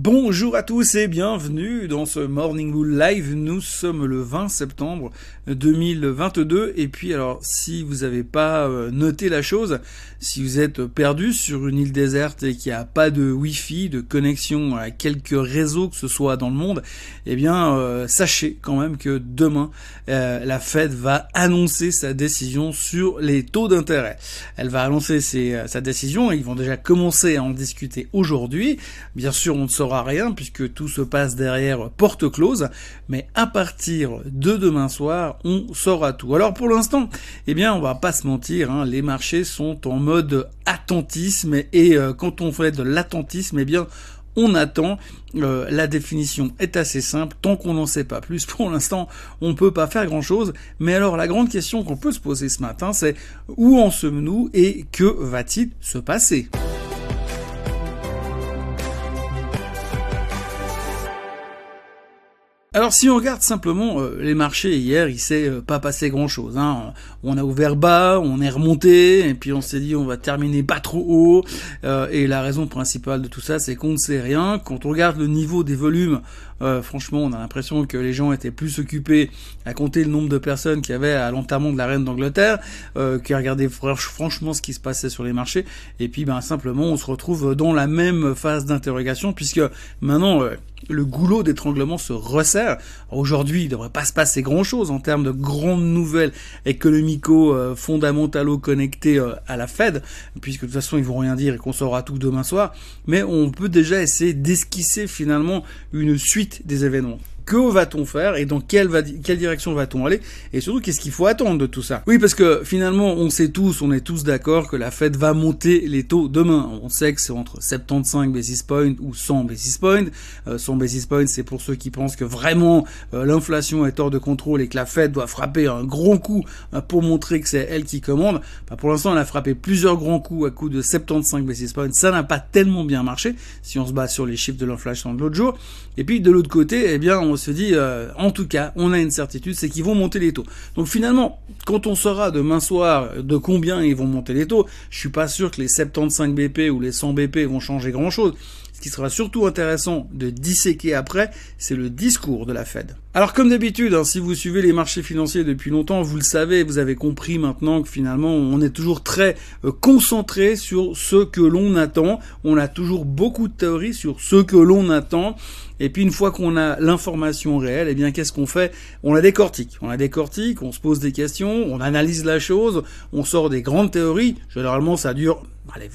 Bonjour à tous et bienvenue dans ce Morning Bull Live. Nous sommes le 20 septembre 2022 et puis alors si vous n'avez pas noté la chose, si vous êtes perdu sur une île déserte et qu'il n'y a pas de Wi-Fi, de connexion à quelques réseaux que ce soit dans le monde, eh bien sachez quand même que demain la Fed va annoncer sa décision sur les taux d'intérêt. Elle va annoncer sa décision et ils vont déjà commencer à en discuter aujourd'hui. Bien sûr, on ne saura rien puisque tout se passe derrière porte close, mais à partir de demain soir, on saura tout. Alors pour l'instant, eh bien, on va pas se mentir, les marchés sont en mode attentisme et quand on fait de l'attentisme, eh bien, on attend. La définition est assez simple. Tant qu'on n'en sait pas plus, pour l'instant, on ne peut pas faire grand-chose. Mais alors, la grande question qu'on peut se poser ce matin, c'est où en sommes-nous et que va-t-il se passer ? Alors si on regarde simplement les marchés hier, il s'est pas passé grand-chose. On a ouvert bas, on est remonté, et puis on s'est dit on va terminer pas trop haut. Et la raison principale de tout ça, c'est qu'on ne sait rien. Quand on regarde le niveau des volumes, franchement, on a l'impression que les gens étaient plus occupés à compter le nombre de personnes qu'il y avait à l'enterrement de la reine d'Angleterre, qu'à regarder franchement ce qui se passait sur les marchés. Et puis simplement, on se retrouve dans la même phase d'interrogation, puisque maintenant le goulot d'étranglement se resserre. Aujourd'hui, il ne devrait pas se passer grand-chose en termes de grandes nouvelles économico-fondamentalo connectées à la Fed, puisque de toute façon, ils vont rien dire et qu'on saura tout demain soir. Mais on peut déjà essayer d'esquisser finalement une suite des événements. Que va-t-on faire et dans quelle direction va-t-on aller et surtout qu'est-ce qu'il faut attendre de tout ça? Oui, parce que finalement on est tous d'accord que la Fed va monter les taux demain. On sait que c'est entre 75 basis points ou 100 basis points. 100 basis points, c'est pour ceux qui pensent que vraiment l'inflation est hors de contrôle et que la Fed doit frapper un grand coup pour montrer que c'est elle qui commande. Pour l'instant, elle a frappé plusieurs grands coups à coup de 75 basis points. Ça n'a pas tellement bien marché si on se base sur les chiffres de l'inflation de l'autre jour. Et puis de l'autre côté, eh bien on se dit, en tout cas, on a une certitude, c'est qu'ils vont monter les taux. Donc finalement, quand on saura demain soir de combien ils vont monter les taux, je suis pas sûr que les 75 BP ou les 100 BP vont changer grand-chose. Ce qui sera surtout intéressant de disséquer après, c'est le discours de la Fed. Alors comme d'habitude, si vous suivez les marchés financiers depuis longtemps, vous le savez, vous avez compris maintenant que finalement on est toujours très concentré sur ce que l'on attend. On a toujours beaucoup de théories sur ce que l'on attend. Et puis une fois qu'on a l'information réelle, eh bien qu'est-ce qu'on fait ? On la décortique, on se pose des questions, on analyse la chose, on sort des grandes théories. Généralement ça dure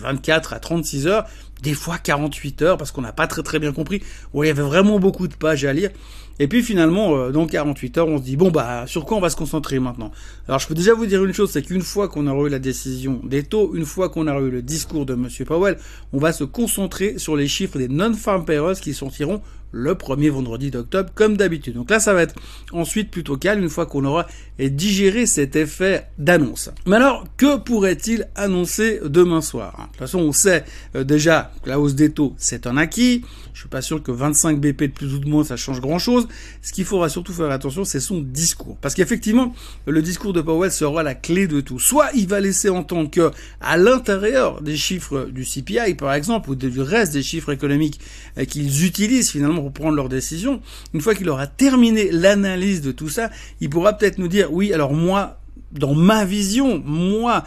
24 à 36 heures, des fois 48 heures parce qu'on n'a pas très bien compris. Il y avait vraiment beaucoup de pages à lire. Et puis finalement, dans 48 heures, on se dit, sur quoi on va se concentrer maintenant ? Alors je peux déjà vous dire une chose, c'est qu'une fois qu'on aura eu la décision des taux, une fois qu'on aura eu le discours de M. Powell, on va se concentrer sur les chiffres des non-farm payrolls qui sortiront le premier vendredi d'octobre, comme d'habitude. Donc là, ça va être ensuite plutôt calme, une fois qu'on aura digéré cet effet d'annonce. Mais alors, que pourrait-il annoncer demain soir ? De toute façon, on sait déjà que la hausse des taux, c'est un acquis. Je suis pas sûr que 25 BP de plus ou de moins, ça change grand-chose. Ce qu'il faudra surtout faire attention, c'est son discours. Parce qu'effectivement, le discours de Powell sera la clé de tout. Soit il va laisser entendre que, à l'intérieur des chiffres du CPI, par exemple, ou du reste des chiffres économiques qu'ils utilisent finalement pour prendre leurs décisions, une fois qu'il aura terminé l'analyse de tout ça, il pourra peut-être nous dire, oui, alors moi, dans ma vision, moi,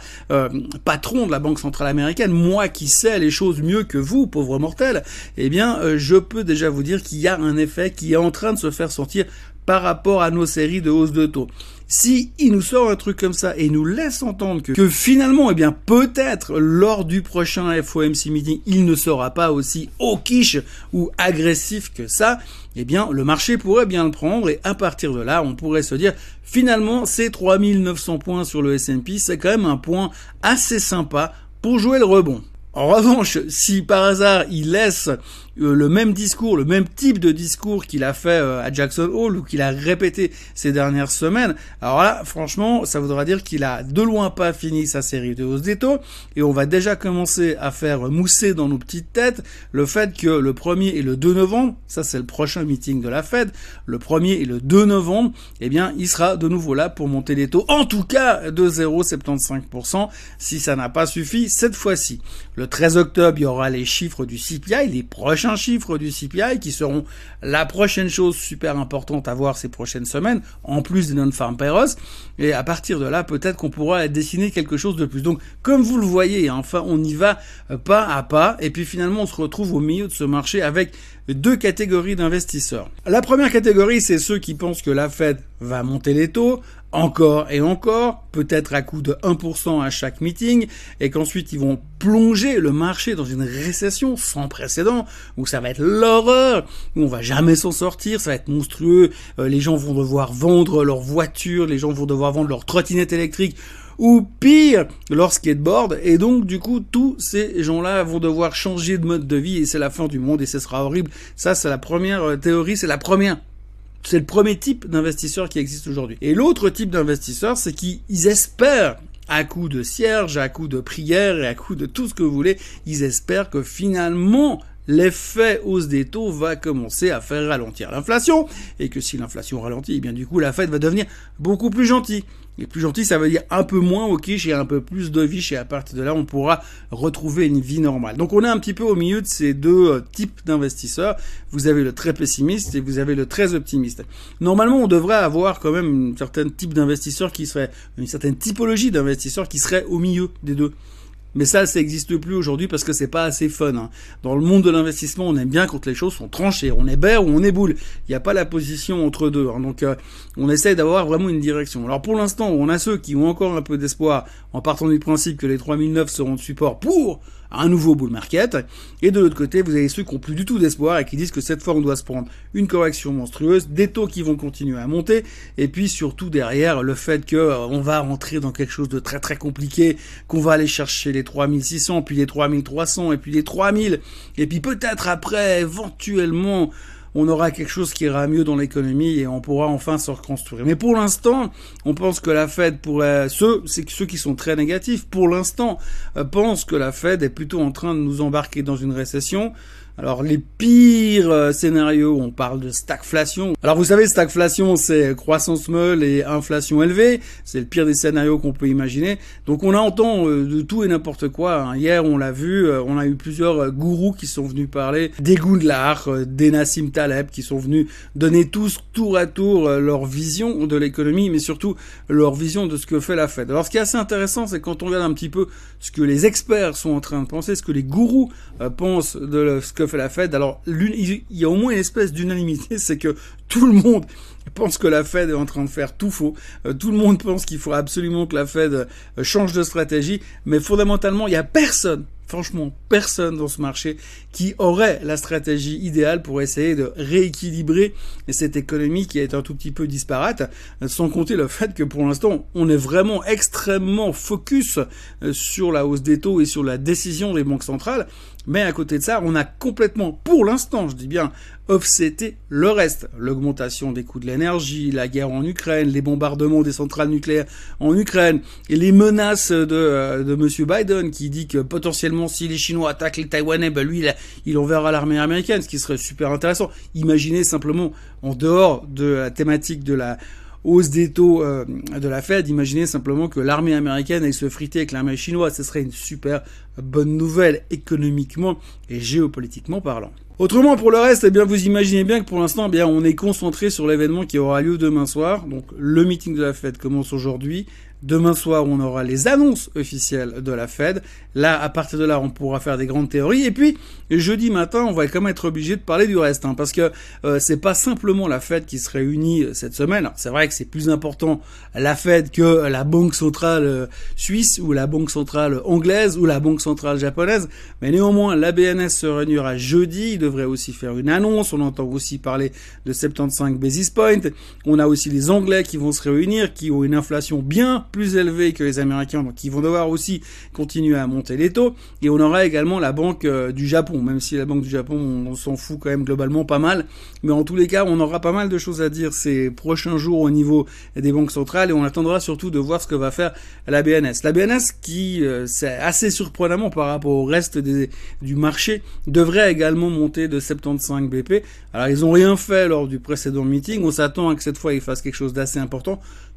patron de la Banque Centrale Américaine, moi qui sais les choses mieux que vous, pauvres mortels, eh bien, je peux déjà vous dire qu'il y a un effet qui est en train de se faire sentir par rapport à nos séries de hausses de taux. Si il nous sort un truc comme ça et nous laisse entendre que finalement, eh bien, peut-être lors du prochain FOMC meeting, il ne sera pas aussi hawkish ou agressif que ça, eh bien, le marché pourrait bien le prendre et à partir de là, on pourrait se dire, finalement, ces 3900 points sur le S&P, c'est quand même un point assez sympa pour jouer le rebond. En revanche, si par hasard il laisse le même discours, le même type de discours qu'il a fait à Jackson Hole ou qu'il a répété ces dernières semaines, alors là, franchement, ça voudra dire qu'il a de loin pas fini sa série de hausses des taux et on va déjà commencer à faire mousser dans nos petites têtes le fait que le 1er et le 2 novembre, ça c'est le prochain meeting de la Fed, le 1er et le 2 novembre, eh bien, il sera de nouveau là pour monter les taux, en tout cas de 0,75% si ça n'a pas suffi cette fois-ci. Le 13 octobre, il y aura les chiffres du CPI, les prochains prochains chiffres du CPI qui seront la prochaine chose super importante à voir ces prochaines semaines, en plus des non-farm payrolls. Et à partir de là, peut-être qu'on pourra dessiner quelque chose de plus. Donc, comme vous le voyez, enfin, on y va pas à pas. Et puis finalement, on se retrouve au milieu de ce marché avec deux catégories d'investisseurs. La première catégorie, c'est ceux qui pensent que la Fed va monter les taux encore et encore, peut-être à coût de 1% à chaque meeting, et qu'ensuite ils vont plonger le marché dans une récession sans précédent, où ça va être l'horreur, où on va jamais s'en sortir, ça va être monstrueux, les gens vont devoir vendre leurs voitures, les gens vont devoir vendre leurs trottinettes électriques, ou pire, leur skateboard, et donc du coup tous ces gens-là vont devoir changer de mode de vie, et c'est la fin du monde, et ce sera horrible. Ça, c'est la première théorie, c'est le premier type d'investisseur qui existe aujourd'hui. Et l'autre type d'investisseur, c'est qu'ils espèrent, à coup de cierge, à coup de prière et à coup de tout ce que vous voulez, ils espèrent que finalement l'effet hausse des taux va commencer à faire ralentir l'inflation, et que si l'inflation ralentit, eh bien du coup la Fed va devenir beaucoup plus gentille. Et plus gentil, ça veut dire un peu moins au quiche et un peu plus de viche, et à partir de là, on pourra retrouver une vie normale. Donc on est un petit peu au milieu de ces deux types d'investisseurs. Vous avez le très pessimiste et vous avez le très optimiste. Normalement, on devrait avoir quand même une certaine type d'investisseur une certaine typologie d'investisseurs qui serait au milieu des deux. Mais ça n'existe plus aujourd'hui parce que c'est pas assez fun. Hein. Dans le monde de l'investissement, on aime bien quand les choses sont tranchées. On est bear ou on est bull. Il n'y a pas la position entre deux. Hein. Donc, on essaye d'avoir vraiment une direction. Alors, pour l'instant, on a ceux qui ont encore un peu d'espoir en partant du principe que les 3009 seront de support pour un nouveau bull market. Et de l'autre côté, vous avez ceux qui n'ont plus du tout d'espoir et qui disent que cette fois, on doit se prendre une correction monstrueuse, des taux qui vont continuer à monter, et puis surtout derrière, le fait que on va rentrer dans quelque chose de très très compliqué, qu'on va aller chercher les 3600, puis les 3300, et puis les 3000, et puis peut-être après, éventuellement, on aura quelque chose qui ira mieux dans l'économie et on pourra enfin se reconstruire. Mais pour l'instant, on pense que la Fed pourrait... Ceux qui sont très négatifs, pour l'instant, pensent que la Fed est plutôt en train de nous embarquer dans une récession. Alors, les pires scénarios, on parle de stagflation. Alors, vous savez, stagflation, c'est croissance molle et inflation élevée. C'est le pire des scénarios qu'on peut imaginer. Donc, on entend de tout et n'importe quoi. Hein. Hier, on l'a vu, on a eu plusieurs gourous qui sont venus parler des Gundlach, des Nassim Taleb, qui sont venus donner tous, tour à tour, leur vision de l'économie, mais surtout leur vision de ce que fait la Fed. Alors, ce qui est assez intéressant, c'est quand on regarde un petit peu ce que les experts sont en train de penser, ce que les gourous pensent de ce que fait la Fed. Alors, il y a au moins une espèce d'unanimité, c'est que tout le monde pense que la Fed est en train de faire tout faux. Tout le monde pense qu'il faut absolument que la Fed change de stratégie, mais fondamentalement, il y a personne, franchement, personne dans ce marché qui aurait la stratégie idéale pour essayer de rééquilibrer cette économie qui est un tout petit peu disparate, sans compter le fait que pour l'instant, on est vraiment extrêmement focus sur la hausse des taux et sur la décision des banques centrales. Mais à côté de ça, on a complètement, pour l'instant, je dis bien, offseté le reste. L'augmentation des coûts de l'énergie, la guerre en Ukraine, les bombardements des centrales nucléaires en Ukraine, et les menaces de Monsieur Biden qui dit que potentiellement si les Chinois attaquent les Taïwanais, ben lui, il enverra l'armée américaine, ce qui serait super intéressant. Imaginez simplement, en dehors de la thématique de la hausse des taux de la Fed, imaginez simplement que l'armée américaine aille se friter avec l'armée chinoise. Ce serait une super bonne nouvelle économiquement et géopolitiquement parlant. Autrement, pour le reste, eh bien, vous imaginez bien que pour l'instant, eh bien, on est concentré sur l'événement qui aura lieu demain soir. Donc, le meeting de la Fed commence aujourd'hui. Demain soir, on aura les annonces officielles de la Fed. Là, à partir de là, on pourra faire des grandes théories. Et puis, jeudi matin, on va quand même être obligé de parler du reste, hein, parce que c'est pas simplement la Fed qui se réunit cette semaine. Alors, c'est vrai que c'est plus important la Fed que la banque centrale suisse ou la banque centrale anglaise ou la banque centrale japonaise. Mais néanmoins, la BNS se réunira jeudi. Il devrait aussi faire une annonce. On entend aussi parler de 75 basis points. On a aussi les Anglais qui vont se réunir, qui ont une inflation bien plus élevés que les Américains, donc ils vont devoir aussi continuer à monter les taux. Et on aura également la banque du Japon, même si la banque du Japon, on s'en fout quand même globalement pas mal. Mais en tous les cas, on aura pas mal de choses à dire ces prochains jours au niveau des banques centrales, et on attendra surtout de voir ce que va faire la BNS. La BNS qui, c'est assez surprenamment par rapport au reste du marché, devrait également monter de 75 BP. Alors ils ont rien fait lors du précédent meeting, on s'attend à que cette fois ils fassent quelque chose d'assez important.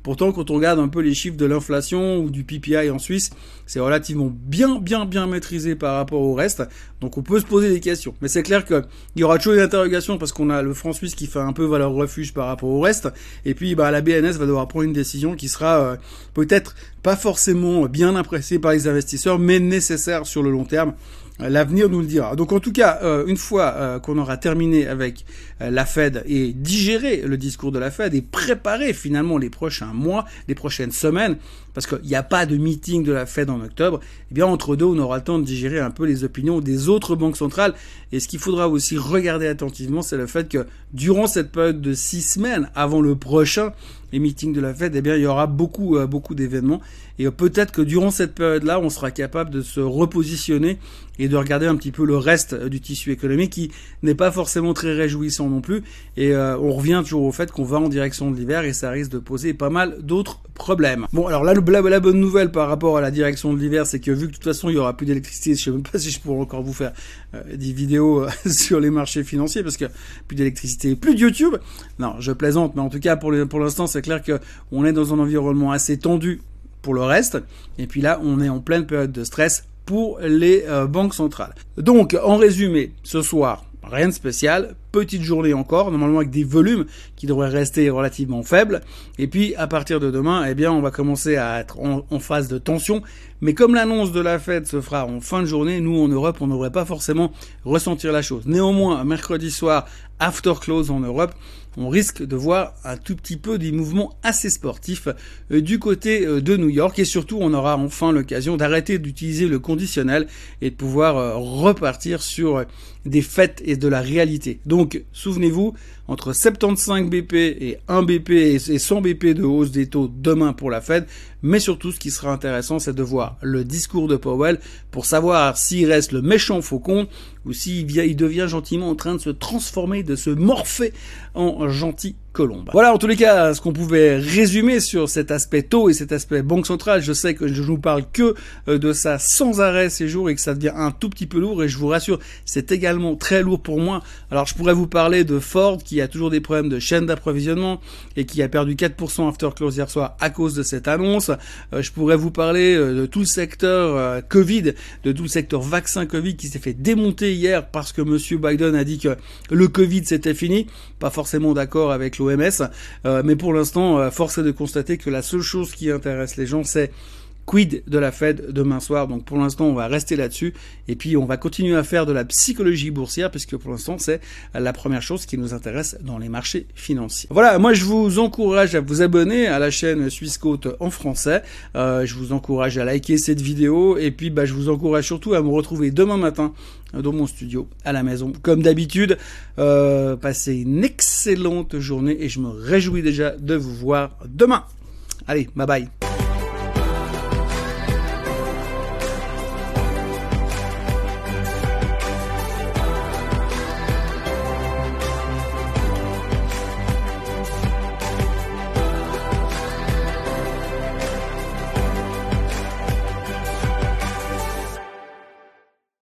Pourtant, quand on regarde un peu les chiffres de l'inflation ou du PPI en Suisse, c'est relativement bien maîtrisé par rapport au reste. Donc on peut se poser des questions. Mais c'est clair qu'il y aura toujours une interrogation parce qu'on a le franc suisse qui fait un peu valeur refuge par rapport au reste. Et puis la BNS va devoir prendre une décision qui sera peut-être pas forcément bien appréciée par les investisseurs, mais nécessaire sur le long terme. L'avenir nous le dira. Donc en tout cas, une fois qu'on aura terminé avec la Fed et digéré le discours de la Fed et préparé finalement les prochains mois, les prochaines semaines, parce qu'il n'y a pas de meeting de la Fed en octobre, eh bien entre deux, on aura le temps de digérer un peu les opinions des autres banques centrales. Et ce qu'il faudra aussi regarder attentivement, c'est le fait que durant cette période de 6 semaines avant le prochain meeting de la Fed, eh bien il y aura beaucoup d'événements. Et peut-être que durant cette période-là, on sera capable de se repositionner et de regarder un petit peu le reste du tissu économique qui n'est pas forcément très réjouissant non plus. Et on revient toujours au fait qu'on va en direction de l'hiver et ça risque de poser pas mal d'autres problèmes. Bon, alors là, la bonne nouvelle par rapport à la direction de l'hiver, c'est que vu que de toute façon, il y aura plus d'électricité, je sais même pas si je pourrai encore vous faire des vidéos sur les marchés financiers parce que plus d'électricité, plus de YouTube. Non, je plaisante, mais en tout cas, pour l'instant, c'est clair que on est dans un environnement assez tendu pour le reste. Et puis là, on est en pleine période de stress pour les banques centrales. Donc, en résumé, ce soir, rien de spécial, petite journée encore, normalement avec des volumes qui devraient rester relativement faibles. Et puis, à partir de demain, eh bien, on va commencer à être en phase de tension. Mais comme l'annonce de la Fed se fera en fin de journée, nous, en Europe, on ne devrait pas forcément ressentir la chose. Néanmoins, mercredi soir, after close en Europe, on risque de voir un tout petit peu des mouvements assez sportifs du côté de New York. Et surtout, on aura enfin l'occasion d'arrêter d'utiliser le conditionnel et de pouvoir repartir sur des faits et de la réalité. Donc, souvenez-vous, entre 75 BP et 1 BP et 100 BP de hausse des taux demain pour la Fed. Mais surtout, ce qui sera intéressant, c'est de voir le discours de Powell pour savoir s'il reste le méchant faucon ou s'il devient gentiment en train de se transformer, de se morpher en gentil colombe. Voilà, en tous les cas, ce qu'on pouvait résumer sur cet aspect taux et cet aspect banque centrale. Je sais que je ne vous parle que de ça sans arrêt ces jours et que ça devient un tout petit peu lourd et je vous rassure, c'est également très lourd pour moi. Alors, je pourrais vous parler de Ford qui a toujours des problèmes de chaîne d'approvisionnement et qui a perdu 4% after close hier soir à cause de cette annonce. Je pourrais vous parler de tout le secteur Covid, de tout le secteur vaccin Covid qui s'est fait démonter hier parce que monsieur Biden a dit que le Covid c'était fini. Pas forcément d'accord avec l'OMS, mais pour l'instant, force est de constater que la seule chose qui intéresse les gens, c'est quid de la Fed demain soir. Donc pour l'instant, on va rester là-dessus et puis on va continuer à faire de la psychologie boursière puisque pour l'instant, c'est la première chose qui nous intéresse dans les marchés financiers. Voilà, moi je vous encourage à vous abonner à la chaîne Swissquote en français. Je vous encourage à liker cette vidéo et puis je vous encourage surtout à me retrouver demain matin dans mon studio à la maison. Comme d'habitude, passez une excellente journée et je me réjouis déjà de vous voir demain. Allez, bye bye.